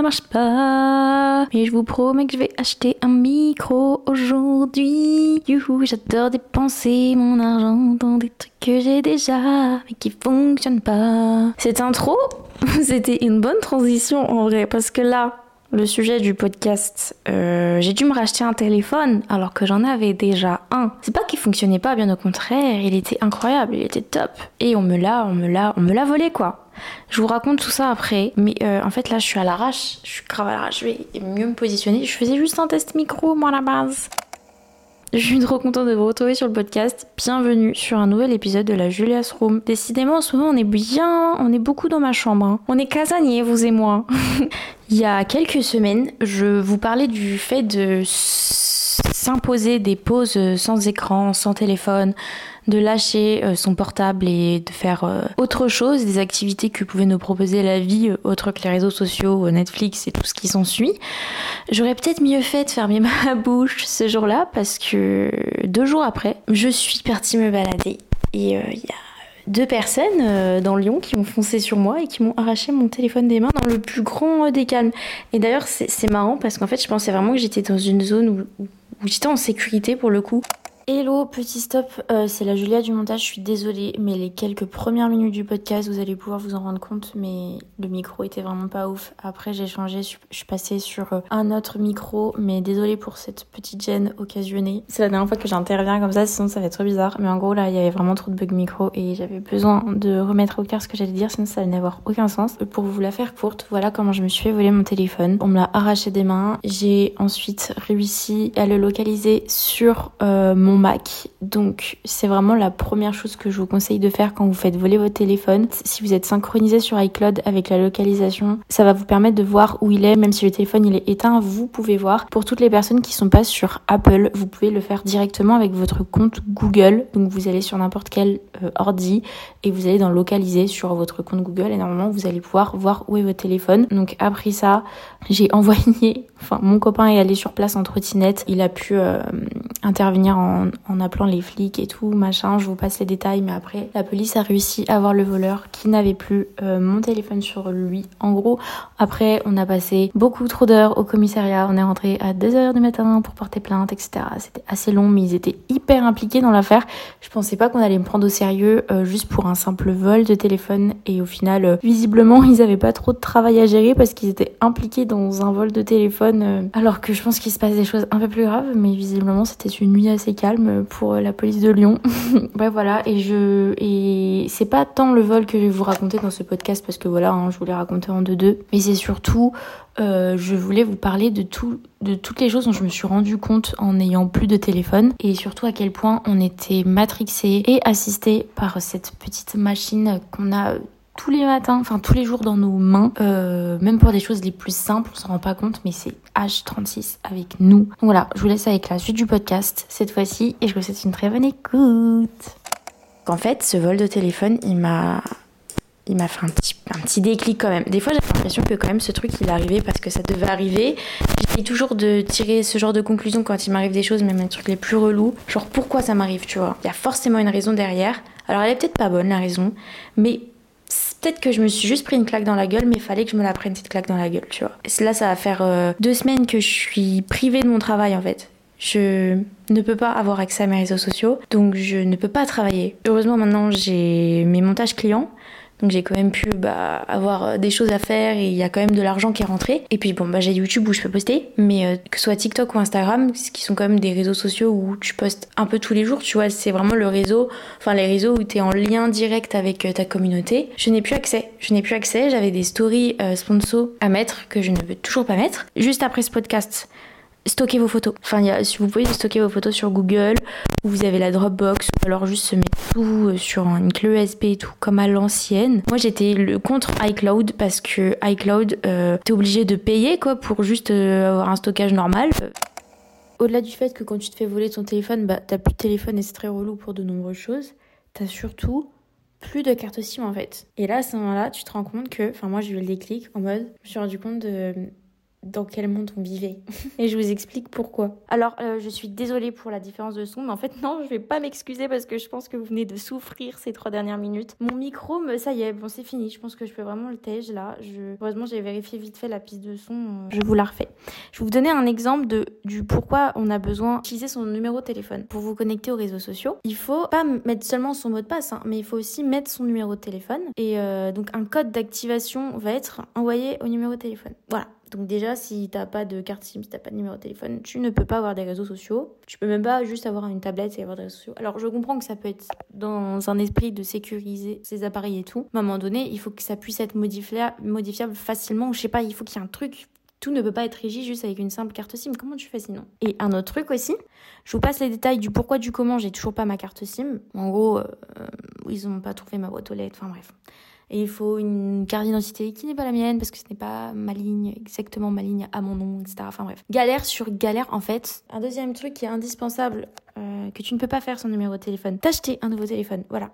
marche pas. Mais je vous promets que je vais acheter un micro aujourd'hui. Youhou, j'adore dépenser mon argent dans des trucs que j'ai déjà, mais qui fonctionnent pas. Cette intro, c'était une bonne transition en vrai, parce que là, le sujet du podcast, j'ai dû me racheter un téléphone alors que j'en avais déjà un. C'est pas qu'il fonctionnait pas, bien au contraire, il était incroyable, il était top. Et on me l'a volé quoi. Je vous raconte tout ça après, mais en fait là je suis à l'arrache, je suis grave à l'arrache, je vais mieux me positionner. Je faisais juste un test micro moi à la base. Je suis trop contente de vous retrouver sur le podcast. Bienvenue sur un nouvel épisode de la Julia's Room. Décidément, en ce moment, on est beaucoup dans ma chambre. Hein. On est casaniers, vous et moi. Il y a quelques semaines, je vous parlais du fait de s'imposer des pauses sans écran, sans téléphone, de lâcher son portable et de faire autre chose, des activités que pouvait nous proposer la vie, autre que les réseaux sociaux, Netflix et tout ce qui s'ensuit. J'aurais peut-être mieux fait de fermer ma bouche ce jour-là parce que 2 jours après, je suis partie me balader et il y a 2 personnes dans Lyon qui m'ont foncé sur moi et qui m'ont arraché mon téléphone des mains dans le plus grand des calmes. Et d'ailleurs, c'est marrant parce qu'en fait, je pensais vraiment que j'étais dans une zone où j'étais en sécurité pour le coup. Hello, petit stop, c'est la Julia du montage, je suis désolée, mais les quelques premières minutes du podcast, vous allez pouvoir vous en rendre compte, mais le micro était vraiment pas ouf. Après, j'ai changé, je suis passée sur un autre micro, mais désolée pour cette petite gêne occasionnée. C'est la dernière fois que j'interviens comme ça, sinon ça va être trop bizarre. Mais en gros, là, il y avait vraiment trop de bugs micro et j'avais besoin de remettre au clair ce que j'allais dire, sinon ça allait n'avoir aucun sens. Pour vous la faire courte, voilà comment je me suis fait voler mon téléphone. On me l'a arraché des mains, j'ai ensuite réussi à le localiser sur mon Mac. Donc c'est vraiment la première chose que je vous conseille de faire quand vous faites voler votre téléphone. Si vous êtes synchronisé sur iCloud avec la localisation, ça va vous permettre de voir où il est, même si le téléphone il est éteint, vous pouvez voir. Pour toutes les personnes qui sont pas sur Apple, vous pouvez le faire directement avec votre compte Google. Donc vous allez sur n'importe quel ordi et vous allez dans localiser sur votre compte Google et normalement vous allez pouvoir voir où est votre téléphone. Donc après ça, j'ai envoyé, mon copain est allé sur place en trottinette, il a pu intervenir en appelant les flics et tout, machin, je vous passe les détails, mais après, la police a réussi à voir le voleur qui n'avait plus mon téléphone sur lui. En gros, après, on a passé beaucoup trop d'heures au commissariat, on est rentré à 2h du matin pour porter plainte, etc. C'était assez long, mais ils étaient hyper impliqués dans l'affaire. Je pensais pas qu'on allait me prendre au sérieux juste pour un simple vol de téléphone, et au final, visiblement, ils avaient pas trop de travail à gérer parce qu'ils étaient impliqués dans un vol de téléphone, alors que je pense qu'il se passe des choses un peu plus graves, mais visiblement, c'était une nuit assez calme pour la police de Lyon. Ouais, voilà, et c'est pas tant le vol que je vais vous raconter dans ce podcast parce que voilà, je vous l'ai raconté en deux, mais c'est surtout je voulais vous parler de toutes les choses dont je me suis rendu compte en n'ayant plus de téléphone et surtout à quel point on était matrixé et assisté par cette petite machine qu'on a tous les matins, tous les jours dans nos mains, même pour des choses les plus simples, on s'en rend pas compte, mais c'est H36 avec nous. Donc voilà, je vous laisse avec la suite du podcast cette fois-ci et je vous souhaite une très bonne écoute. En fait, ce vol de téléphone, il m'a fait un petit déclic quand même. Des fois, j'ai l'impression que quand même ce truc, il arrivait parce que ça devait arriver. J'essaye toujours de tirer ce genre de conclusion quand il m'arrive des choses, même les trucs les plus relous. Genre, pourquoi ça m'arrive, tu vois. Il y a forcément une raison derrière. Alors, elle est peut-être pas bonne, la raison, mais peut-être que je me suis juste pris une claque dans la gueule, mais il fallait que je me la prenne cette claque dans la gueule, tu vois. Et là, ça va faire 2 semaines que je suis privée de mon travail, en fait. Je ne peux pas avoir accès à mes réseaux sociaux, donc je ne peux pas travailler. Heureusement, maintenant, j'ai mes montages clients. Donc j'ai quand même pu avoir des choses à faire et il y a quand même de l'argent qui est rentré. Et puis j'ai YouTube où je peux poster, mais que ce soit TikTok ou Instagram, qui sont quand même des réseaux sociaux où tu postes un peu tous les jours, tu vois, c'est vraiment les réseaux où t'es en lien direct avec ta communauté. Je n'ai plus accès, j'avais des stories sponsors à mettre que je ne veux toujours pas mettre. Juste après ce podcast, stocker vos photos. Si vous pouvez stocker vos photos sur Google, ou vous avez la Dropbox, ou alors juste se mettre tout sur une clé USB et tout, comme à l'ancienne. Moi, j'étais contre iCloud, parce que iCloud, t'es obligé de payer, quoi, pour juste avoir un stockage normal. Au-delà du fait que quand tu te fais voler ton téléphone, t'as plus de téléphone et c'est très relou pour de nombreuses choses, t'as surtout plus de carte SIM, en fait. Et là, à ce moment-là, tu te rends compte que, moi, j'ai eu le déclic, en mode, je me suis rendu compte dans quel monde on vivait. Et je vous explique pourquoi. Alors, je suis désolée pour la différence de son, mais en fait, non, je vais pas m'excuser parce que je pense que vous venez de souffrir ces 3 dernières minutes. Mon micro, ça y est, bon, c'est fini. Je pense que je peux vraiment le tège là. Heureusement, j'ai vérifié vite fait la piste de son. Je vous la refais. Je vais vous donner un exemple du pourquoi on a besoin d'utiliser son numéro de téléphone. Pour vous connecter aux réseaux sociaux, il faut pas mettre seulement son mot de passe, mais il faut aussi mettre son numéro de téléphone. Et donc, un code d'activation va être envoyé au numéro de téléphone. Voilà. Donc déjà, si t'as pas de carte SIM, si t'as pas de numéro de téléphone, tu ne peux pas avoir des réseaux sociaux. Tu peux même pas juste avoir une tablette et avoir des réseaux sociaux. Alors je comprends que ça peut être dans un esprit de sécuriser ces appareils et tout. Mais à un moment donné, il faut que ça puisse être modifiable facilement. Je sais pas, il faut qu'il y ait un truc. Tout ne peut pas être régi juste avec une simple carte SIM. Comment tu fais sinon? Et un autre truc aussi, je vous passe les détails du pourquoi du comment j'ai toujours pas ma carte SIM. En gros, ils ont pas trouvé ma boîte aux lettres. Enfin bref. Et il faut une carte d'identité qui n'est pas la mienne parce que ce n'est pas exactement ma ligne à mon nom, etc. Enfin bref. Galère sur galère en fait. Un deuxième truc qui est indispensable, que tu ne peux pas faire sans numéro de téléphone. T'acheter un nouveau téléphone. Voilà.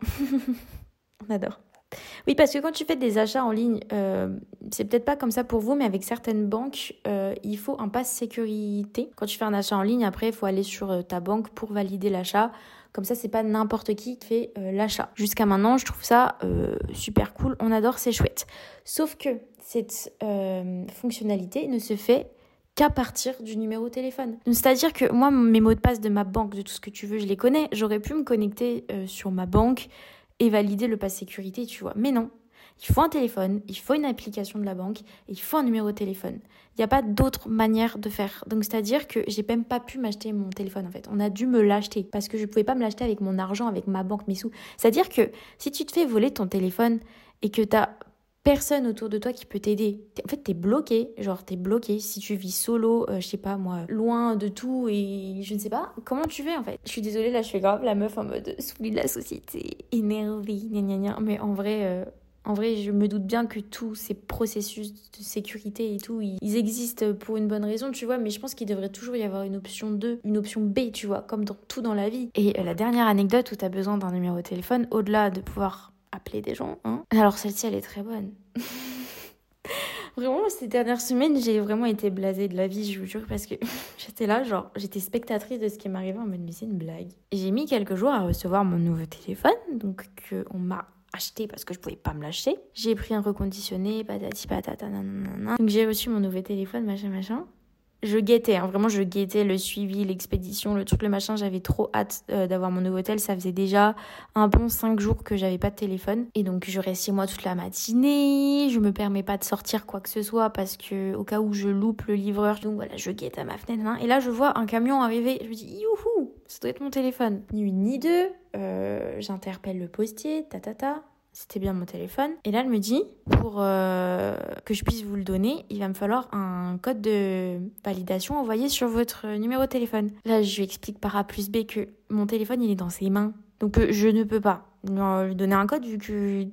On adore. Oui, parce que quand tu fais des achats en ligne, c'est peut-être pas comme ça pour vous, mais avec certaines banques, il faut un pass sécurité. Quand tu fais un achat en ligne, après, il faut aller sur ta banque pour valider l'achat. Comme ça, c'est pas n'importe qui fait l'achat. Jusqu'à maintenant, je trouve ça super cool. On adore, c'est chouette. Sauf que cette fonctionnalité ne se fait qu'à partir du numéro de téléphone. Donc, c'est-à-dire que moi, mes mots de passe de ma banque, de tout ce que tu veux, je les connais. J'aurais pu me connecter sur ma banque et valider le pass sécurité, tu vois. Mais non, il faut un téléphone, il faut une application de la banque, et il faut un numéro de téléphone. Il n'y a pas d'autre manière de faire. Donc, c'est-à-dire que j'ai même pas pu m'acheter mon téléphone, en fait. On a dû me l'acheter, parce que je pouvais pas me l'acheter avec mon argent, avec ma banque, mes sous. C'est-à-dire que si tu te fais voler ton téléphone et que t'as personne autour de toi qui peut t'aider. En fait, t'es bloqué. Genre, t'es bloqué. Si tu vis solo, je sais pas moi, loin de tout et je ne sais pas, comment tu fais en fait? Je suis désolée, là, je fais grave la meuf en mode soumis de la société, énervée, gna gna gna. Mais en vrai, je me doute bien que tous ces processus de sécurité et tout, ils existent pour une bonne raison, tu vois. Mais je pense qu'il devrait toujours y avoir une option 2, une option B, tu vois, comme dans tout dans la vie. Et la dernière anecdote où t'as besoin d'un numéro de téléphone, au-delà de pouvoir appeler des gens, hein. Alors celle-ci, elle est très bonne. Vraiment, ces dernières semaines, j'ai vraiment été blasée de la vie, je vous jure, parce que j'étais là, genre, j'étais spectatrice de ce qui m'arrivait en mode, mais c'est une blague. J'ai mis quelques jours à recevoir mon nouveau téléphone, donc on m'a acheté parce que je pouvais pas me l'acheter. J'ai pris un reconditionné, patati patata, nanana. Donc j'ai reçu mon nouveau téléphone, machin. Je guettais, vraiment je guettais le suivi, l'expédition, le truc, le machin. J'avais trop hâte d'avoir mon nouveau tel. Ça faisait déjà un bon 5 jours que j'avais pas de téléphone. Et donc je reste chez moi toute la matinée. Je me permets pas de sortir quoi que ce soit parce que au cas où je loupe le livreur. Donc voilà, je guette à ma fenêtre. Et là je vois un camion arriver. Je me dis youhou, ça doit être mon téléphone. Ni une ni deux. J'interpelle le postier, C'était bien mon téléphone. Et là, elle me dit, pour que je puisse vous le donner, il va me falloir un code de validation envoyé sur votre numéro de téléphone. Là, je lui explique par A plus B que mon téléphone, il est dans ses mains. Donc, je ne peux pas lui donner un code vu que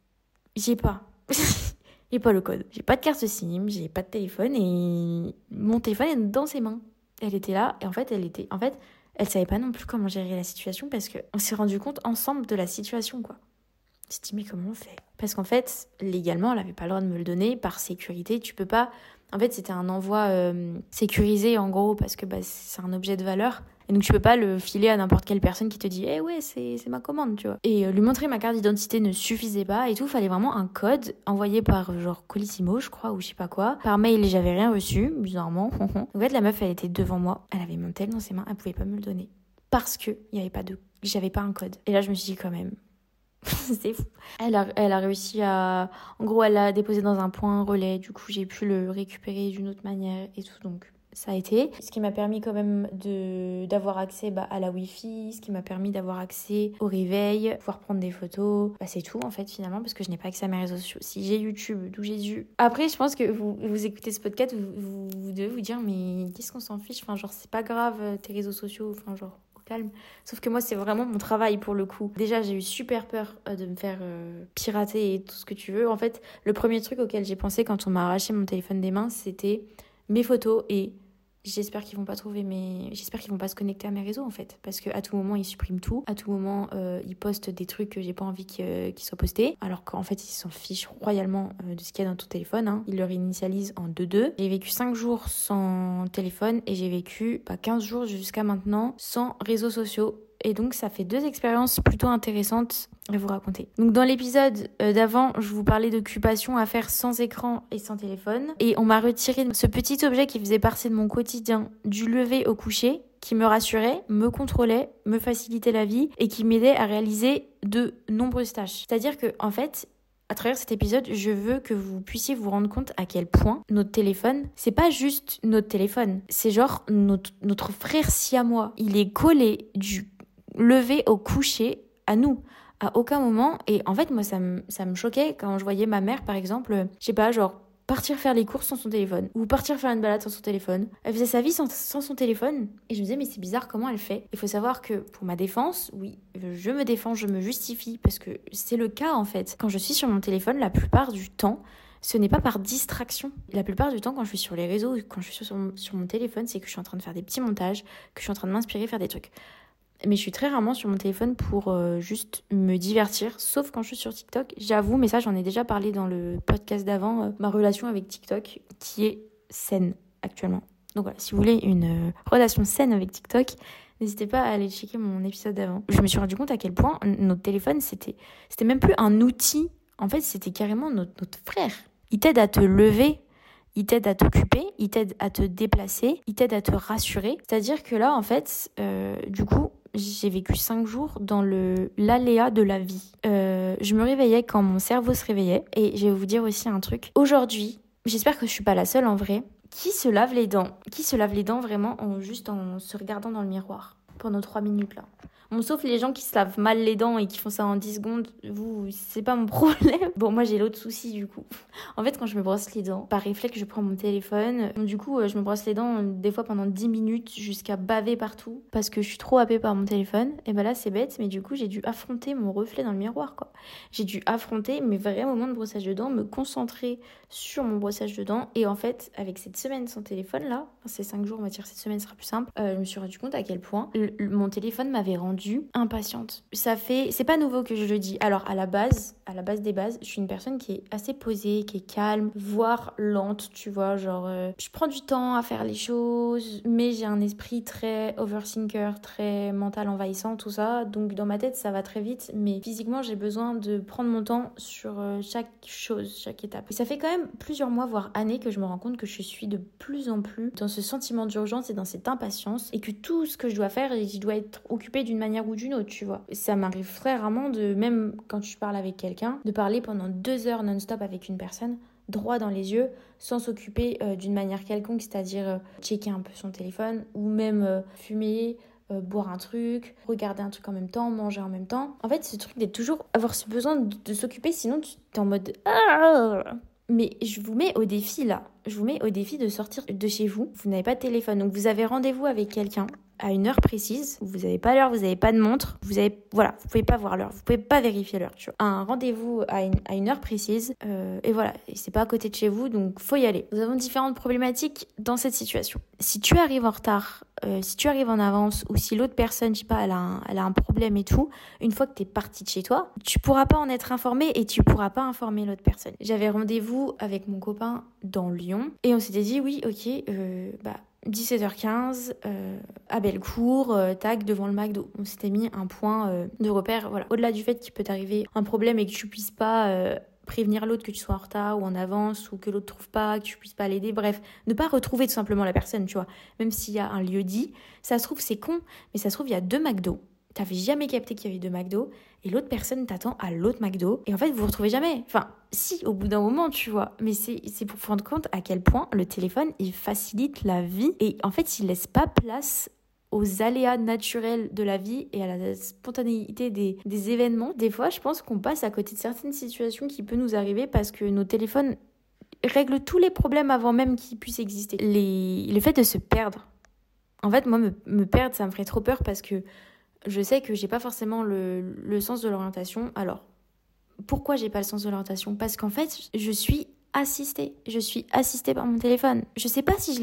j'ai pas. J'ai pas le code. J'ai pas de carte SIM, j'ai pas de téléphone et mon téléphone est dans ses mains. Elle était là et en fait, elle savait pas non plus comment gérer la situation parce qu'on s'est rendu compte ensemble de la situation, quoi. Je me suis dit, mais comment on fait? Parce qu'en fait, légalement, elle n'avait pas le droit de me le donner. Par sécurité, tu peux pas... En fait, c'était un envoi sécurisé, en gros, parce que c'est un objet de valeur. Et donc, tu peux pas le filer à n'importe quelle personne qui te dit « Eh ouais, c'est ma commande, tu vois. » Et lui montrer ma carte d'identité ne suffisait pas et tout. Fallait vraiment un code envoyé par, genre, Colissimo, je crois, ou je sais pas quoi. Par mail, j'avais rien reçu, bizarrement. En fait, la meuf, elle était devant moi. Elle avait mon tel dans ses mains. Elle pouvait pas me le donner. Parce que j'avais pas un code. Et là, je me suis dit, quand même... c'est fou. Elle a réussi à... En gros, elle l'a déposé dans un point relais. Du coup, j'ai pu le récupérer d'une autre manière et tout. Donc, ça a été. Ce qui m'a permis quand même d'avoir accès à la Wi-Fi. Ce qui m'a permis d'avoir accès au réveil. Pouvoir prendre des photos. C'est tout, en fait, finalement. Parce que je n'ai pas accès à mes réseaux sociaux. Si j'ai YouTube, d'où j'ai dû... Après, je pense que vous écoutez ce podcast, vous devez vous dire, mais qu'est-ce qu'on s'en fiche? Enfin, genre, c'est pas grave, tes réseaux sociaux. Enfin, genre... calme. Sauf que moi, c'est vraiment mon travail pour le coup. Déjà, j'ai eu super peur de me faire pirater et tout ce que tu veux. En fait, le premier truc auquel j'ai pensé quand on m'a arraché mon téléphone des mains, c'était mes photos et j'espère qu'ils vont pas se connecter à mes réseaux en fait, parce qu'à tout moment ils suppriment tout, à tout moment ils postent des trucs que j'ai pas envie qu'ils soient postés, alors qu'en fait ils s'en fichent royalement de ce qu'il y a dans ton téléphone, hein. Ils le réinitialisent en 2-2. J'ai vécu 5 jours sans téléphone et j'ai vécu 15 jours jusqu'à maintenant sans réseaux sociaux. Et donc, ça fait 2 expériences plutôt intéressantes à vous raconter. Donc, dans l'épisode d'avant, je vous parlais d'occupations à faire sans écran et sans téléphone. Et on m'a retiré ce petit objet qui faisait partie de mon quotidien, du lever au coucher, qui me rassurait, me contrôlait, me facilitait la vie et qui m'aidait à réaliser de nombreuses tâches. C'est-à-dire que, en fait, à travers cet épisode, je veux que vous puissiez vous rendre compte à quel point notre téléphone, c'est pas juste notre téléphone. C'est genre notre frère siamois. Il est collé du lever au coucher à nous, à aucun moment. Et en fait, moi, ça me choquait quand je voyais ma mère, par exemple, je sais pas, genre partir faire les courses sans son téléphone ou partir faire une balade sans son téléphone. Elle faisait sa vie sans son téléphone et je me disais mais c'est bizarre comment elle fait. Il faut savoir que pour ma défense, oui, je me défends, je me justifie parce que c'est le cas en fait. Quand je suis sur mon téléphone, la plupart du temps, ce n'est pas par distraction. La plupart du temps, quand je suis sur les réseaux, quand je suis sur mon téléphone, c'est que je suis en train de faire des petits montages, que je suis en train de m'inspirer, faire des trucs. Mais je suis très rarement sur mon téléphone pour juste me divertir, sauf quand je suis sur TikTok. J'avoue, mais ça j'en ai déjà parlé dans le podcast d'avant, ma relation avec TikTok qui est saine actuellement. Donc voilà, si vous voulez une relation saine avec TikTok, n'hésitez pas à aller checker mon épisode d'avant. Je me suis rendu compte à quel point notre téléphone, c'était même plus un outil. En fait, c'était carrément notre frère. Il t'aide à te lever, il t'aide à t'occuper, il t'aide à te déplacer, il t'aide à te rassurer. C'est-à-dire que là, en fait, du coup, j'ai vécu 5 jours dans l'aléa de la vie. Je me réveillais quand mon cerveau se réveillait. Et je vais vous dire aussi un truc. Aujourd'hui, j'espère que je suis pas la seule en vrai, qui se lave les dents. Qui se lave les dents vraiment juste en se regardant dans le miroir pendant 3 minutes là. Bon, sauf les gens qui se lavent mal les dents et qui font ça en 10 secondes, vous, c'est pas mon problème. Bon, moi j'ai l'autre souci du coup. En fait, quand je me brosse les dents, par réflexe, je prends mon téléphone. Donc, du coup, je me brosse les dents des fois pendant 10 minutes jusqu'à baver partout parce que je suis trop happée par mon téléphone. Et ben là, c'est bête, mais du coup, j'ai dû affronter mon reflet dans le miroir, quoi. J'ai dû affronter mes vrais moments de brossage de dents, me concentrer sur mon brossage de dents. Et en fait, avec cette semaine sans téléphone là, enfin, ces 5 jours, on va dire cette semaine sera plus simple, je me suis rendu compte à quel point mon téléphone m'avait rendu impatiente. C'est pas nouveau que je le dis. Alors à la base des bases, je suis une personne qui est assez posée, qui est calme, voire lente, tu vois, genre je prends du temps à faire les choses, mais j'ai un esprit très overthinker, très mental envahissant, tout ça. Donc dans ma tête, ça va très vite, mais physiquement, j'ai besoin de prendre mon temps sur chaque chose, chaque étape. Et ça fait quand même plusieurs mois, voire années que je me rends compte que je suis de plus en plus dans ce sentiment d'urgence et dans cette impatience et que tout ce que je dois faire, je dois être occupée d'une manière ou d'une autre, tu vois. Ça m'arrive très rarement même quand je parle avec quelqu'un, de parler pendant 2 heures non-stop avec une personne, droit dans les yeux, sans s'occuper d'une manière quelconque, c'est-à-dire checker un peu son téléphone ou même fumer, boire un truc, regarder un truc en même temps, manger en même temps. En fait, ce truc d'être toujours avoir ce besoin de s'occuper, sinon tu es en mode mais je vous mets au défi là. Je vous mets au défi de sortir de chez vous. Vous n'avez pas de téléphone, donc vous avez rendez-vous avec quelqu'un à une heure précise. Vous n'avez pas l'heure, vous n'avez pas de montre. Vous pouvez pas voir l'heure, vous pouvez pas vérifier l'heure. Tu vois. Un rendez-vous à une heure précise, et voilà. Et c'est pas à côté de chez vous, donc faut y aller. Nous avons différentes problématiques dans cette situation. Si tu arrives en retard, si tu arrives en avance, ou si l'autre personne, je sais pas, elle a un problème et tout, une fois que t'es parti de chez toi, tu pourras pas en être informé et tu pourras pas informer l'autre personne. J'avais rendez-vous avec mon copain dans Lyon et on s'était dit oui, ok, 17h15 à Bellecour, tac, devant le McDo. On s'était mis un point de repère. Voilà. Au-delà du fait qu'il peut t'arriver un problème et que tu puisses pas prévenir l'autre que tu sois en retard ou en avance ou que l'autre trouve pas, que tu puisses pas l'aider, bref, ne pas retrouver tout simplement la personne, tu vois. Même s'il y a un lieu dit, ça se trouve c'est con, mais ça se trouve il y a 2 McDo. T'avais jamais capté qu'il y avait 2 McDo et l'autre personne t'attend à l'autre McDo et en fait vous vous retrouvez jamais. Enfin, si, au bout d'un moment, tu vois. Mais c'est pour vous rendre compte à quel point le téléphone, il facilite la vie et en fait, il laisse pas place aux aléas naturels de la vie et à la spontanéité des événements. Des fois, je pense qu'on passe à côté de certaines situations qui peuvent nous arriver parce que nos téléphones règlent tous les problèmes avant même qu'ils puissent exister. Le fait de se perdre. En fait, moi, me perdre, ça me ferait trop peur parce que je sais que j'ai pas forcément le sens de l'orientation. Alors, pourquoi j'ai pas le sens de l'orientation ? Parce qu'en fait, je suis assistée. Je suis assistée par mon téléphone. Je sais pas si je l'ai.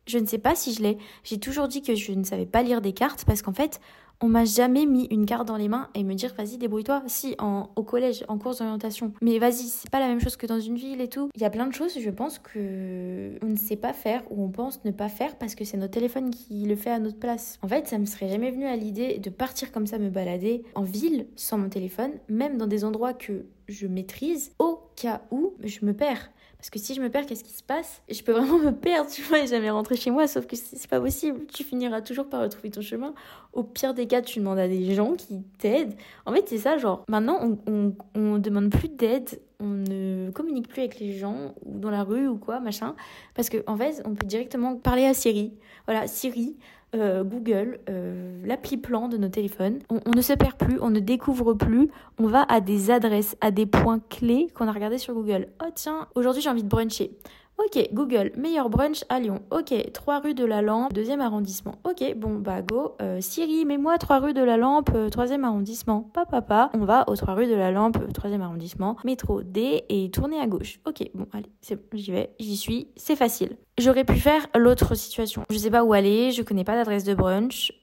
Je ne sais pas si je l'ai. J'ai toujours dit que je ne savais pas lire des cartes parce qu'en fait, on m'a jamais mis une carte dans les mains et me dire vas-y débrouille-toi. Si, au collège, en cours d'orientation. Mais vas-y, c'est pas la même chose que dans une ville et tout. Il y a plein de choses, je pense que on ne sait pas faire ou on pense ne pas faire parce que c'est notre téléphone qui le fait à notre place. En fait, ça me serait jamais venu à l'idée de partir comme ça me balader en ville sans mon téléphone, même dans des endroits que je maîtrise, au cas où je me perds. Parce que si je me perds, qu'est-ce qui se passe? Je peux vraiment me perdre, tu vois, et jamais rentrer chez moi, sauf que c'est pas possible. Tu finiras toujours par retrouver ton chemin. Au pire des cas, tu demandes à des gens qui t'aident. En fait, c'est ça, genre, maintenant, on demande plus d'aide, on ne communique plus avec les gens, ou dans la rue, ou quoi, machin. Parce qu'en fait, on peut directement parler à Siri. Voilà, Siri, Google, l'appli plan de nos téléphones. On ne se perd plus, on ne découvre plus, on va à des adresses, à des points clés qu'on a regardés sur Google. Oh tiens, aujourd'hui j'ai envie de bruncher. Ok, Google, meilleur brunch à Lyon. Ok, 3 rue de la Lampe, 2e arrondissement. Ok, bon bah go. Siri, mets-moi 3 rue de la Lampe, 3e arrondissement. Papa, on va aux 3 rue de la Lampe, 3e arrondissement. Métro D et tourner à gauche. Ok, bon allez, c'est bon, j'y vais, j'y suis, c'est facile. J'aurais pu faire l'autre situation. Je sais pas où aller, je connais pas d'adresse de brunch.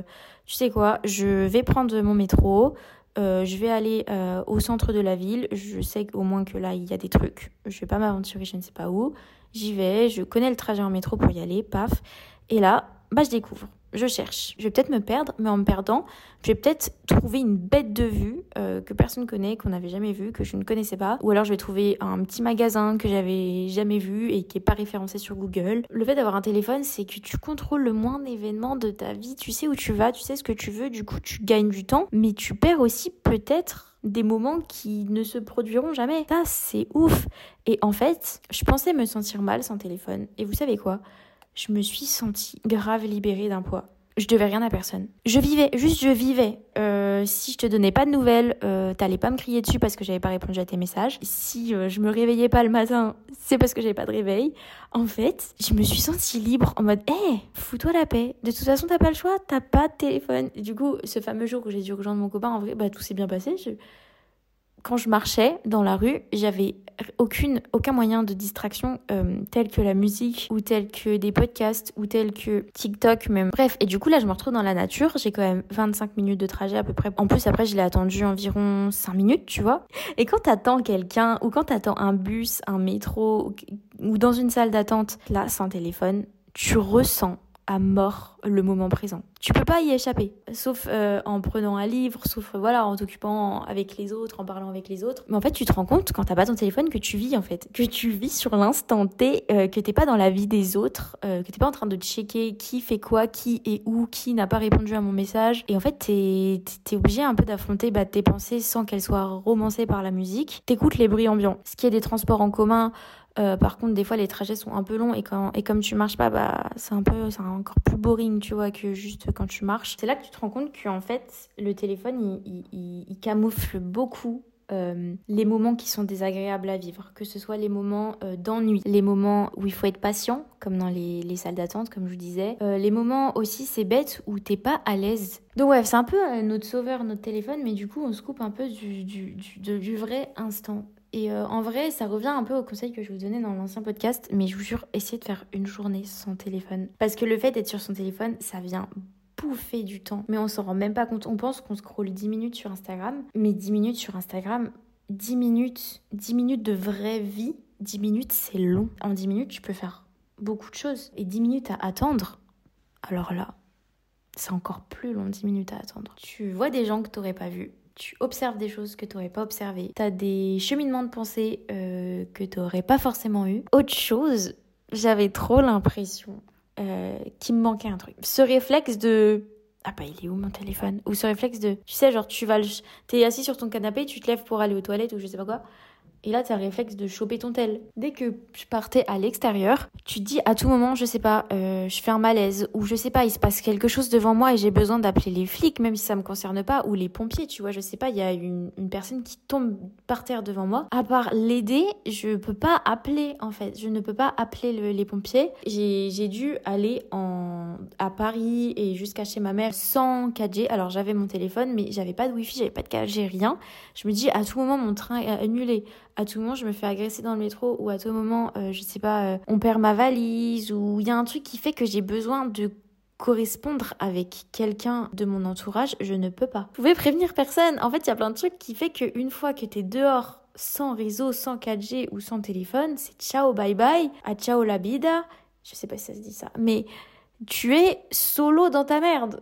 Tu sais quoi, je vais prendre mon métro. Je vais aller au centre de la ville. Je sais au moins que là, il y a des trucs. Je vais pas m'aventurer, je ne sais pas où. J'y vais, je connais le trajet en métro pour y aller, paf. Et là, bah, je découvre. Je cherche. Je vais peut-être me perdre, mais en me perdant, je vais peut-être trouver une bête de vue que personne connaît, qu'on n'avait jamais vue, que je ne connaissais pas. Ou alors je vais trouver un petit magasin que j'avais jamais vu et qui est pas référencé sur Google. Le fait d'avoir un téléphone, c'est que tu contrôles le moindre événement de ta vie. Tu sais où tu vas, tu sais ce que tu veux, du coup tu gagnes du temps, mais tu perds aussi peut-être des moments qui ne se produiront jamais. Ça, c'est ouf. Et en fait, je pensais me sentir mal sans téléphone. Et vous savez quoi ? Je me suis sentie grave libérée d'un poids. Je devais rien à personne. Je vivais. Si je te donnais pas de nouvelles, t'allais pas me crier dessus parce que j'avais pas répondu à tes messages. Si je me réveillais pas le matin, c'est parce que j'avais pas de réveil. En fait, je me suis sentie libre en mode fous-toi la paix. De toute façon, t'as pas le choix, t'as pas de téléphone. Et du coup, ce fameux jour où j'ai dû rejoindre mon copain, en vrai, bah tout s'est bien passé. Quand je marchais dans la rue, j'avais aucun moyen de distraction tel que la musique ou tel que des podcasts ou tel que TikTok même. Bref, et du coup là je me retrouve dans la nature, j'ai quand même 25 minutes de trajet à peu près. En plus après je l'ai attendu environ 5 minutes, tu vois. Et quand t'attends quelqu'un ou quand t'attends un bus, un métro ou dans une salle d'attente, là sans téléphone, tu ressens à mort le moment présent. Tu peux pas y échapper, sauf en prenant un livre, sauf en t'occupant avec les autres, en parlant avec les autres. Mais en fait, tu te rends compte quand t'as pas ton téléphone que tu vis en fait, que tu vis sur l'instant T, que t'es pas dans la vie des autres, que t'es pas en train de checker qui fait quoi, qui est où, qui n'a pas répondu à mon message. Et en fait, t'es obligé un peu d'affronter tes pensées sans qu'elles soient romancées par la musique. T'écoutes les bruits ambiants. Ce qui est des transports en commun. Par contre, des fois, les trajets sont un peu longs et comme tu marches pas, c'est encore plus boring, tu vois, que juste quand tu marches. C'est là que tu te rends compte qu'en fait, le téléphone, il camoufle beaucoup les moments qui sont désagréables à vivre, que ce soit les moments d'ennui, les moments où il faut être patient, comme dans les salles d'attente, comme je vous disais, les moments aussi, c'est bête, où t'es pas à l'aise. Donc ouais, c'est un peu notre sauveur, notre téléphone, mais du coup, on se coupe un peu du vrai instant. Et en vrai, ça revient un peu au conseil que je vous donnais dans l'ancien podcast, mais je vous jure, essayez de faire une journée sans téléphone. Parce que le fait d'être sur son téléphone, ça vient bouffer du temps. Mais on s'en rend même pas compte. On pense qu'on scrolle 10 minutes sur Instagram, mais 10 minutes sur Instagram, 10 minutes de vraie vie, 10 minutes, c'est long. En 10 minutes, tu peux faire beaucoup de choses. Et 10 minutes à attendre, alors là, c'est encore plus long, 10 minutes à attendre. Tu vois des gens que t'aurais pas vus. Tu observes des choses que tu n'aurais pas observées. Tu as des cheminements de pensée que tu n'aurais pas forcément eu. Autre chose, j'avais trop l'impression qu'il me manquait un truc. Ce réflexe de « Ah bah il est où mon téléphone ?» Ou ce réflexe de, tu sais, genre t'es assis sur ton canapé, tu te lèves pour aller aux toilettes ou je sais pas quoi. Et là, t'as le réflexe de choper ton tel. Dès que je partais à l'extérieur, tu te dis à tout moment, je sais pas, je fais un malaise, ou je sais pas, il se passe quelque chose devant moi et j'ai besoin d'appeler les flics, même si ça me concerne pas, ou les pompiers, tu vois, je sais pas, il y a une personne qui tombe par terre devant moi. À part l'aider, je peux pas appeler, en fait. Je ne peux pas appeler les pompiers. J'ai dû aller en à Paris et jusqu'à chez ma mère sans 4G. Alors j'avais mon téléphone, mais j'avais pas de wifi, j'avais pas de 4G, rien. Je me dis, à tout moment, mon train est annulé. À tout moment, je me fais agresser dans le métro, ou à tout moment, je sais pas, on perd ma valise, ou il y a un truc qui fait que j'ai besoin de correspondre avec quelqu'un de mon entourage, je ne peux pas. Vous pouvez prévenir personne. En fait, il y a plein de trucs qui fait qu'une fois que t'es dehors, sans réseau, sans 4G ou sans téléphone, c'est ciao, bye bye, à ciao la vida. Je sais pas si ça se dit ça, mais tu es solo dans ta merde.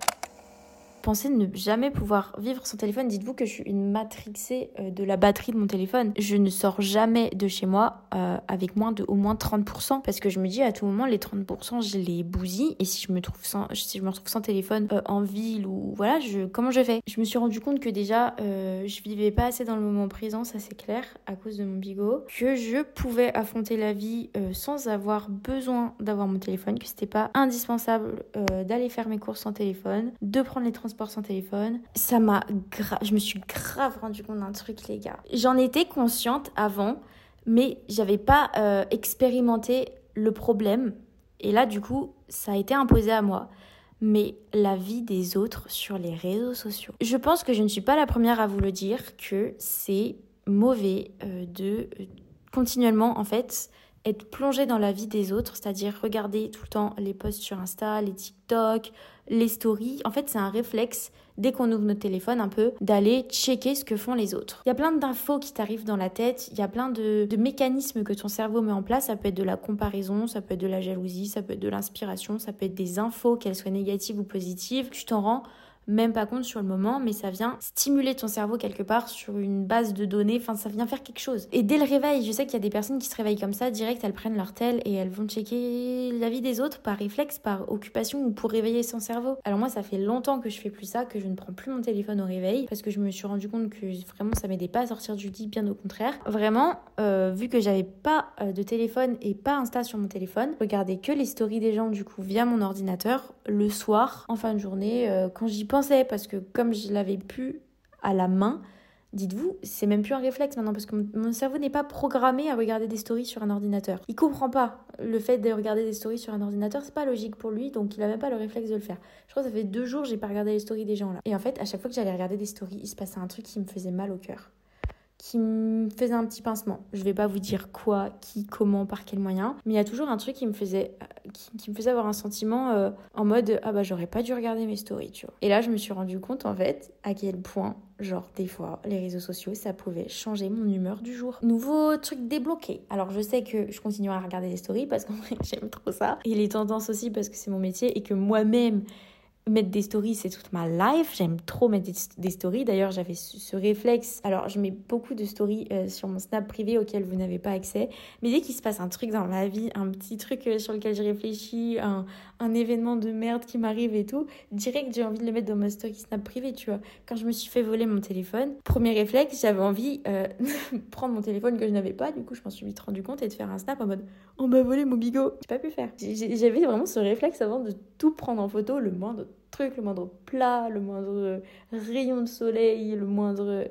Pensez ne jamais pouvoir vivre sans téléphone. Dites-vous que je suis une matrixée de la batterie de mon téléphone. Je ne sors jamais de chez moi avec moins de au moins 30%, parce que je me dis à tout moment les 30% je les bousille, et si je me retrouve sans téléphone en ville ou voilà, comment je fais? Je me suis rendu compte que déjà je vivais pas assez dans le moment présent, ça c'est clair, à cause de mon bigot, que je pouvais affronter la vie sans avoir besoin d'avoir mon téléphone, que c'était pas indispensable d'aller faire mes courses sans téléphone, de prendre les transports sans téléphone. Je me suis grave rendu compte d'un truc, les gars. J'en étais consciente avant, mais j'avais pas expérimenté le problème. Et là, du coup, ça a été imposé à moi. Mais la vie des autres sur les réseaux sociaux. Je pense que je ne suis pas la première à vous le dire, que c'est mauvais de continuellement, en fait, être plongé dans la vie des autres, c'est-à-dire regarder tout le temps les posts sur Insta, les TikTok, les stories. En fait, c'est un réflexe, dès qu'on ouvre notre téléphone un peu, d'aller checker ce que font les autres. Il y a plein d'infos qui t'arrivent dans la tête, il y a plein de mécanismes que ton cerveau met en place. Ça peut être de la comparaison, ça peut être de la jalousie, ça peut être de l'inspiration, ça peut être des infos, qu'elles soient négatives ou positives. Tu t'en rends même pas compte sur le moment, mais ça vient stimuler ton cerveau quelque part sur une base de données, enfin ça vient faire quelque chose. Et dès le réveil, je sais qu'il y a des personnes qui se réveillent comme ça, direct elles prennent leur tel et elles vont checker la vie des autres par réflexe, par occupation ou pour réveiller son cerveau. Alors moi ça fait longtemps que je fais plus ça, que je ne prends plus mon téléphone au réveil, parce que je me suis rendu compte que vraiment ça m'aidait pas à sortir du lit, bien au contraire. Vraiment, vu que j'avais pas de téléphone et pas Insta sur mon téléphone, je regardais que les stories des gens du coup via mon ordinateur le soir, en fin de journée, quand j'y pensais, parce que comme je l'avais plus à la main, dites-vous, c'est même plus un réflexe maintenant, parce que mon cerveau n'est pas programmé à regarder des stories sur un ordinateur. Il comprend pas le fait de regarder des stories sur un ordinateur, c'est pas logique pour lui, donc il a même pas le réflexe de le faire. Je crois que ça fait 2 jours j'ai pas regardé les stories des gens là. Et en fait, à chaque fois que j'allais regarder des stories, il se passait un truc qui me faisait mal au cœur, qui me faisait un petit pincement. Je vais pas vous dire quoi, qui, comment, par quel moyen, mais il y a toujours un truc qui me faisait avoir un sentiment en mode ah bah j'aurais pas dû regarder mes stories, tu vois. Et là je me suis rendu compte en fait à quel point genre des fois les réseaux sociaux ça pouvait changer mon humeur du jour. Nouveau truc débloqué. Alors je sais que je continue à regarder les stories parce qu'en vrai j'aime trop ça, et les tendances aussi parce que c'est mon métier et que moi-même mettre des stories, c'est toute ma life. J'aime trop mettre des stories. D'ailleurs, j'avais ce réflexe. Alors, je mets beaucoup de stories sur mon Snap privé auquel vous n'avez pas accès. Mais dès qu'il se passe un truc dans ma vie, un petit truc sur lequel je réfléchis, un événement de merde qui m'arrive et tout, direct, j'ai envie de le mettre dans ma story Snap privé, tu vois. Quand je me suis fait voler mon téléphone, premier réflexe, j'avais envie de prendre mon téléphone que je n'avais pas. Du coup, je m'en suis vite rendu compte et de faire un snap en mode « On m'a volé mon bigot !» J'ai pas pu faire. J'avais vraiment ce réflexe avant de tout prendre en photo, le moindre truc, le moindre plat, le moindre rayon de soleil, le moindre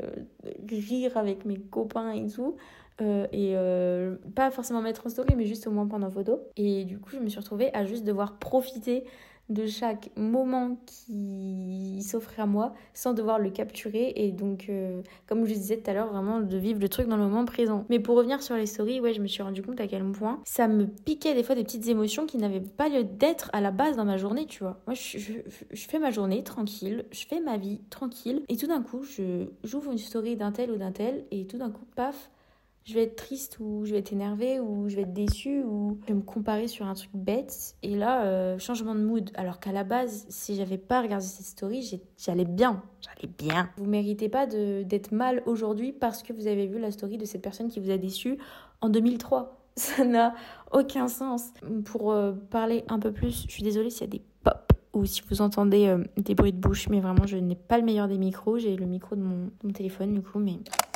rire avec mes copains et tout. Pas forcément mettre en story, mais juste au moins prendre en photo. Et du coup, je me suis retrouvée à juste devoir profiter de chaque moment qui s'offrait à moi sans devoir le capturer, et donc comme je disais tout à l'heure, vraiment de vivre le truc dans le moment présent. Mais pour revenir sur les stories, ouais, je me suis rendu compte à quel point ça me piquait des fois des petites émotions qui n'avaient pas lieu d'être à la base dans ma journée, tu vois. Moi je fais ma journée tranquille, je fais ma vie tranquille, et tout d'un coup j'ouvre une story d'un tel ou d'un tel, et tout d'un coup paf, je vais être triste, ou je vais être énervée, ou je vais être déçue, ou je vais me comparer sur un truc bête. Et là, changement de mood. Alors qu'à la base, si j'avais pas regardé cette story, j'allais bien. Vous méritez pas d'être mal aujourd'hui parce que vous avez vu la story de cette personne qui vous a déçu en 2003. Ça n'a aucun sens. Pour parler un peu plus, je suis désolée s'il y a des pop ou si vous entendez des bruits de bouche, mais vraiment, je n'ai pas le meilleur des micros. J'ai le micro de mon téléphone, du coup, mais...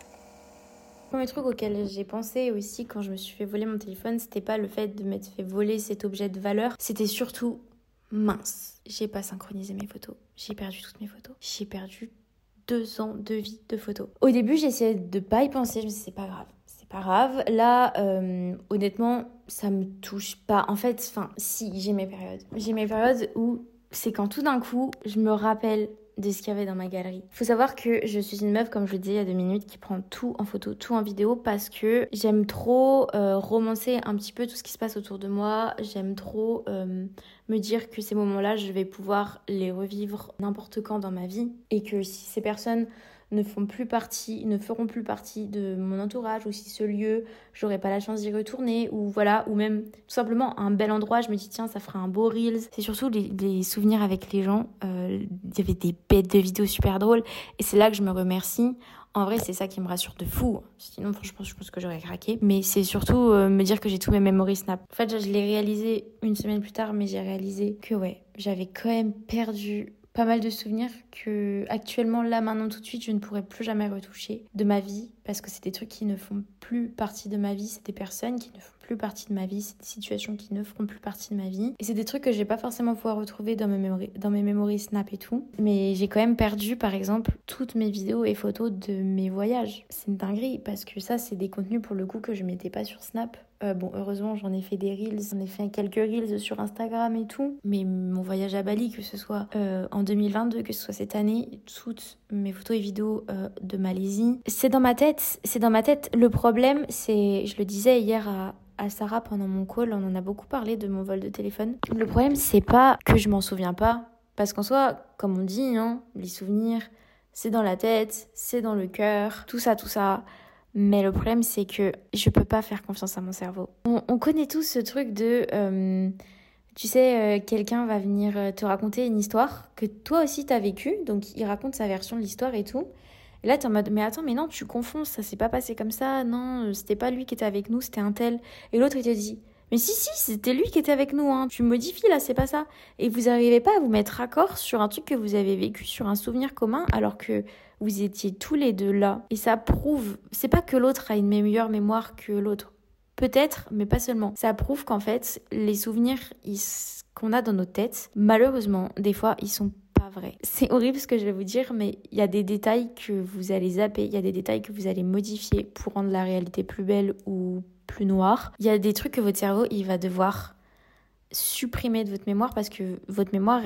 Le premier truc auquel j'ai pensé aussi quand je me suis fait voler mon téléphone, c'était pas le fait de m'être fait voler cet objet de valeur, c'était surtout mince. J'ai pas synchronisé mes photos, j'ai perdu toutes mes photos, j'ai perdu 2 ans de vie de photos. Au début, j'essayais de pas y penser, je me suis dit c'est c'est pas grave. Là, honnêtement, ça me touche pas. En fait, si, j'ai mes périodes. J'ai mes périodes où c'est quand tout d'un coup, je me rappelle de ce qu'il y avait dans ma galerie. Faut savoir que je suis une meuf, comme je le disais il y a 2 minutes, qui prend tout en photo, tout en vidéo, parce que j'aime trop romancer un petit peu tout ce qui se passe autour de moi. J'aime trop me dire que ces moments-là, je vais pouvoir les revivre n'importe quand dans ma vie. Et que si ces personnes ne feront plus partie de mon entourage, ou si ce lieu, j'aurai pas la chance d'y retourner, ou voilà, ou même tout simplement un bel endroit, je me dis tiens, ça ferait un beau reels. C'est surtout les souvenirs avec les gens. Il y avait des bêtes de vidéos super drôles, et c'est là que je me remercie. En vrai, c'est ça qui me rassure de fou. Sinon, franchement, je pense que j'aurais craqué. Mais c'est surtout me dire que j'ai tous mes memory snap. En fait, je l'ai réalisé une semaine plus tard, mais j'ai réalisé que ouais, j'avais quand même perdu pas mal de souvenirs que actuellement, là, maintenant, tout de suite, je ne pourrais plus jamais retoucher de ma vie, parce que c'est des trucs qui ne font plus partie de ma vie, c'est des personnes qui ne font plus partie de ma vie, c'est des situations qui ne feront plus partie de ma vie, et c'est des trucs que je vais pas forcément pouvoir retrouver dans mes memory snap et tout. Mais j'ai quand même perdu, par exemple, toutes mes vidéos et photos de mes voyages. C'est une dinguerie, parce que ça, c'est des contenus pour le coup que je mettais pas sur Snap. Bon, heureusement, j'en ai fait des reels, j'en ai fait quelques reels sur Instagram et tout. Mais mon voyage à Bali, que ce soit en 2022, que ce soit cette année, toutes mes photos et vidéos de Malaisie, c'est dans ma tête. Le problème, c'est, je le disais hier à Sarah pendant mon call, on en a beaucoup parlé de mon vol de téléphone. Le problème, c'est pas que je m'en souviens pas, parce qu'en soi, comme on dit, hein, les souvenirs, c'est dans la tête, c'est dans le cœur, tout ça. Mais le problème, c'est que je peux pas faire confiance à mon cerveau. On connaît tous ce truc de... tu sais, quelqu'un va venir te raconter une histoire que toi aussi t'as vécue. Donc, il raconte sa version de l'histoire et tout. Et là, t'es en mode, mais attends, mais non, tu confonds, ça s'est pas passé comme ça. Non, c'était pas lui qui était avec nous, c'était un tel. Et l'autre, il te dit... Mais si, c'était lui qui était avec nous, hein. Tu modifies là, c'est pas ça. Et vous arrivez pas à vous mettre d'accord sur un truc que vous avez vécu, sur un souvenir commun, alors que vous étiez tous les deux là. Et ça prouve, c'est pas que l'autre a une meilleure mémoire que l'autre. Peut-être, mais pas seulement. Ça prouve qu'en fait, les souvenirs qu'on a dans nos têtes, malheureusement, des fois, ils sont pas vrais. C'est horrible ce que je vais vous dire, mais il y a des détails que vous allez zapper, il y a des détails que vous allez modifier pour rendre la réalité plus belle ou plus noire. Il y a des trucs que votre cerveau, il va devoir supprimer de votre mémoire, parce que votre mémoire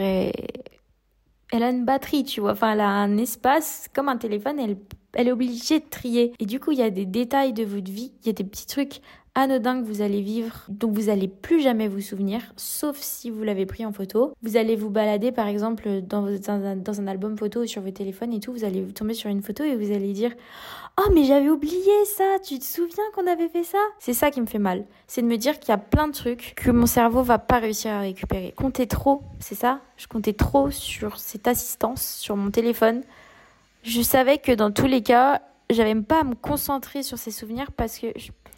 elle a une batterie, tu vois. Enfin, elle a un espace, comme un téléphone, elle est obligée de trier. Et du coup, il y a des détails de votre vie, il y a des petits trucs anodins que vous allez vivre, dont vous allez plus jamais vous souvenir, sauf si vous l'avez pris en photo. Vous allez vous balader, par exemple, dans un album photo sur votre téléphone et tout, vous allez tomber sur une photo et vous allez dire « Oh, mais j'avais oublié ça, tu te souviens qu'on avait fait ça ?» C'est ça qui me fait mal. C'est de me dire qu'il y a plein de trucs que mon cerveau va pas réussir à récupérer. Compter trop, c'est ça ? Je comptais trop sur cette assistance, sur mon téléphone. Je savais que dans tous les cas, j'avais même pas à me concentrer sur ces souvenirs parce que...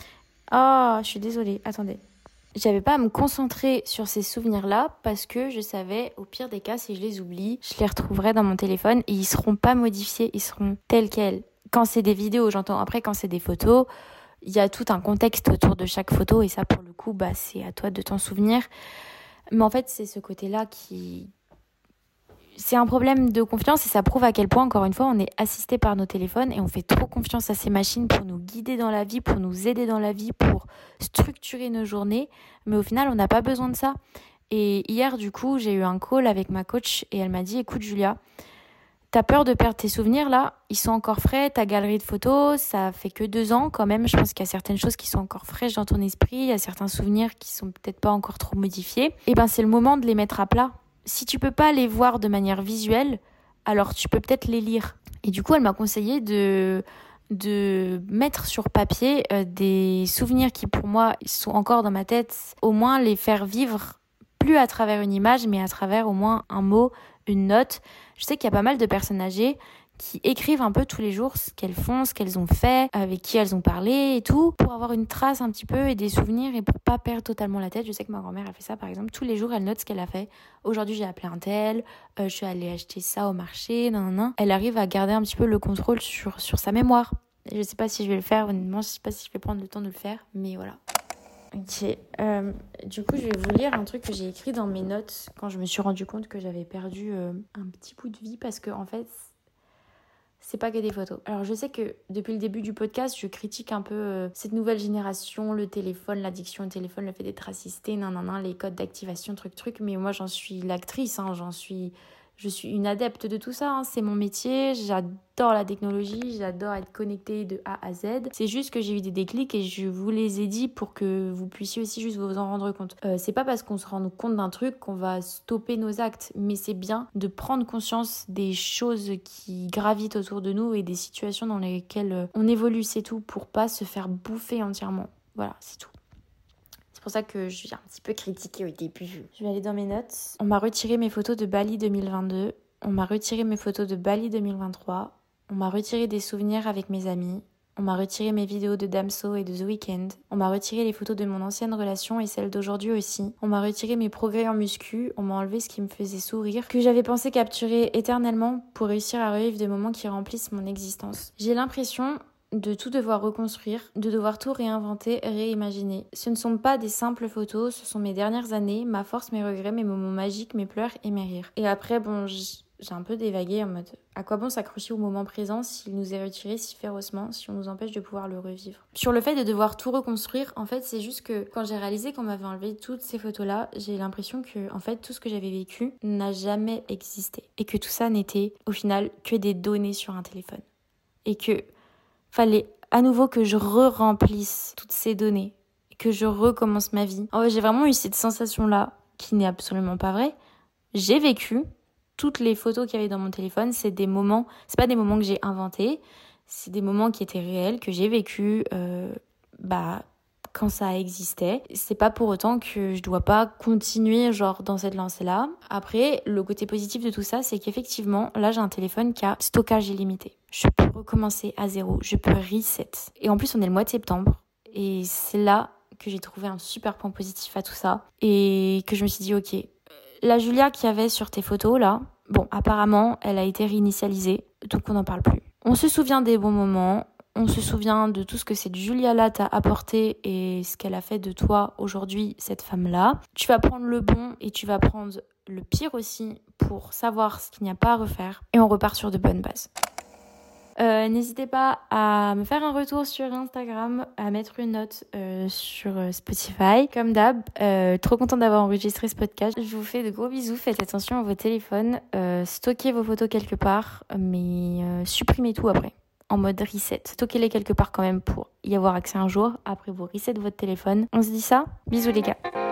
je suis désolée, attendez. J'avais pas à me concentrer sur ces souvenirs-là parce que je savais, au pire des cas, si je les oublie, je les retrouverai dans mon téléphone et ils seront pas modifiés, ils seront tels quels. Quand c'est des vidéos, j'entends. Après, quand c'est des photos, il y a tout un contexte autour de chaque photo et ça, pour le coup, c'est à toi de t'en souvenir. Mais en fait, c'est ce côté-là qui... C'est un problème de confiance et ça prouve à quel point, encore une fois, on est assisté par nos téléphones et on fait trop confiance à ces machines pour nous guider dans la vie, pour nous aider dans la vie, pour structurer nos journées. Mais au final, on n'a pas besoin de ça. Et hier, du coup, j'ai eu un call avec ma coach et elle m'a dit « Écoute, Julia, t'as peur de perdre tes souvenirs là, ils sont encore frais, ta galerie de photos, ça fait que 2 ans quand même, je pense qu'il y a certaines choses qui sont encore fraîches dans ton esprit, il y a certains souvenirs qui sont peut-être pas encore trop modifiés. Et c'est le moment de les mettre à plat. Si tu peux pas les voir de manière visuelle, alors tu peux peut-être les lire. » Et du coup, elle m'a conseillé de mettre sur papier des souvenirs qui pour moi sont encore dans ma tête, au moins les faire vivre, plus à travers une image, mais à travers au moins un mot, une note. Je sais qu'il y a pas mal de personnes âgées qui écrivent un peu tous les jours ce qu'elles font, ce qu'elles ont fait, avec qui elles ont parlé et tout, pour avoir une trace un petit peu et des souvenirs et pour pas perdre totalement la tête. Je sais que ma grand-mère a fait ça, par exemple. Tous les jours, elle note ce qu'elle a fait. Aujourd'hui, j'ai appelé un tel, je suis allée acheter ça au marché, nan. Elle arrive à garder un petit peu le contrôle sur sa mémoire. Je sais pas si je vais le faire, honnêtement, je sais pas si je vais prendre le temps de le faire, mais voilà. Ok, du coup je vais vous lire un truc que j'ai écrit dans mes notes quand je me suis rendu compte que j'avais perdu un petit bout de vie, parce que en fait c'est pas que des photos. Alors je sais que depuis le début du podcast, je critique un peu cette nouvelle génération, le téléphone, l'addiction au téléphone, le fait d'être assisté, les codes d'activation, truc. Mais moi j'en suis l'actrice, hein, je suis une adepte de tout ça, hein. C'est mon métier, j'adore la technologie, j'adore être connectée de A à Z. C'est juste que j'ai eu des déclics et je vous les ai dit pour que vous puissiez aussi juste vous en rendre compte. C'est pas parce qu'on se rend compte d'un truc qu'on va stopper nos actes, mais c'est bien de prendre conscience des choses qui gravitent autour de nous et des situations dans lesquelles on évolue, c'est tout, pour pas se faire bouffer entièrement. Voilà, c'est tout. C'est pour ça que je suis un petit peu critiquée au début. Je vais aller dans mes notes. On m'a retiré mes photos de Bali 2022. On m'a retiré mes photos de Bali 2023. On m'a retiré des souvenirs avec mes amis. On m'a retiré mes vidéos de Damso et de The Weeknd. On m'a retiré les photos de mon ancienne relation et celles d'aujourd'hui aussi. On m'a retiré mes progrès en muscu. On m'a enlevé ce qui me faisait sourire, que j'avais pensé capturer éternellement pour réussir à revivre des moments qui remplissent mon existence. J'ai l'impression de tout devoir reconstruire, de devoir tout réinventer, réimaginer. Ce ne sont pas des simples photos, ce sont mes dernières années, ma force, mes regrets, mes moments magiques, mes pleurs et mes rires. Et après, bon, j'ai un peu dévagué en mode à quoi bon s'accrocher au moment présent s'il nous est retiré si férocement, si on nous empêche de pouvoir le revivre. Sur le fait de devoir tout reconstruire, en fait, c'est juste que quand j'ai réalisé qu'on m'avait enlevé toutes ces photos-là, j'ai l'impression que, en fait, tout ce que j'avais vécu n'a jamais existé. Et que tout ça n'était, au final, que des données sur un téléphone. Et que fallait à nouveau que je remplisse toutes ces données, que je recommence ma vie. En fait, j'ai vraiment eu cette sensation-là, qui n'est absolument pas vraie. J'ai vécu toutes les photos qu'il y avait dans mon téléphone, c'est pas des moments que j'ai inventés, c'est des moments qui étaient réels, que j'ai vécu, quand ça existait. C'est pas pour autant que je dois pas continuer dans cette lancée-là. Après, le côté positif de tout ça, c'est qu'effectivement, là j'ai un téléphone qui a stockage illimité. Je peux recommencer à zéro, je peux reset. Et en plus, on est le mois de septembre. Et c'est là que j'ai trouvé un super point positif à tout ça. Et que je me suis dit, ok, la Julia qu'il y avait sur tes photos là, bon, apparemment, elle a été réinitialisée, donc on n'en parle plus. On se souvient des bons moments, on se souvient de tout ce que cette Julia-là t'a apporté et ce qu'elle a fait de toi aujourd'hui, cette femme-là. Tu vas prendre le bon et tu vas prendre le pire aussi pour savoir ce qu'il n'y a pas à refaire. Et on repart sur de bonnes bases. N'hésitez pas à me faire un retour sur Instagram, à mettre une note sur Spotify. Comme d'hab, trop contente d'avoir enregistré ce podcast. Je vous fais de gros bisous, faites attention à vos téléphones, stockez vos photos quelque part, mais supprimez tout après, en mode reset. Stockez-les quelque part quand même pour y avoir accès un jour, après vous reset votre téléphone. On se dit ça? Bisous les gars.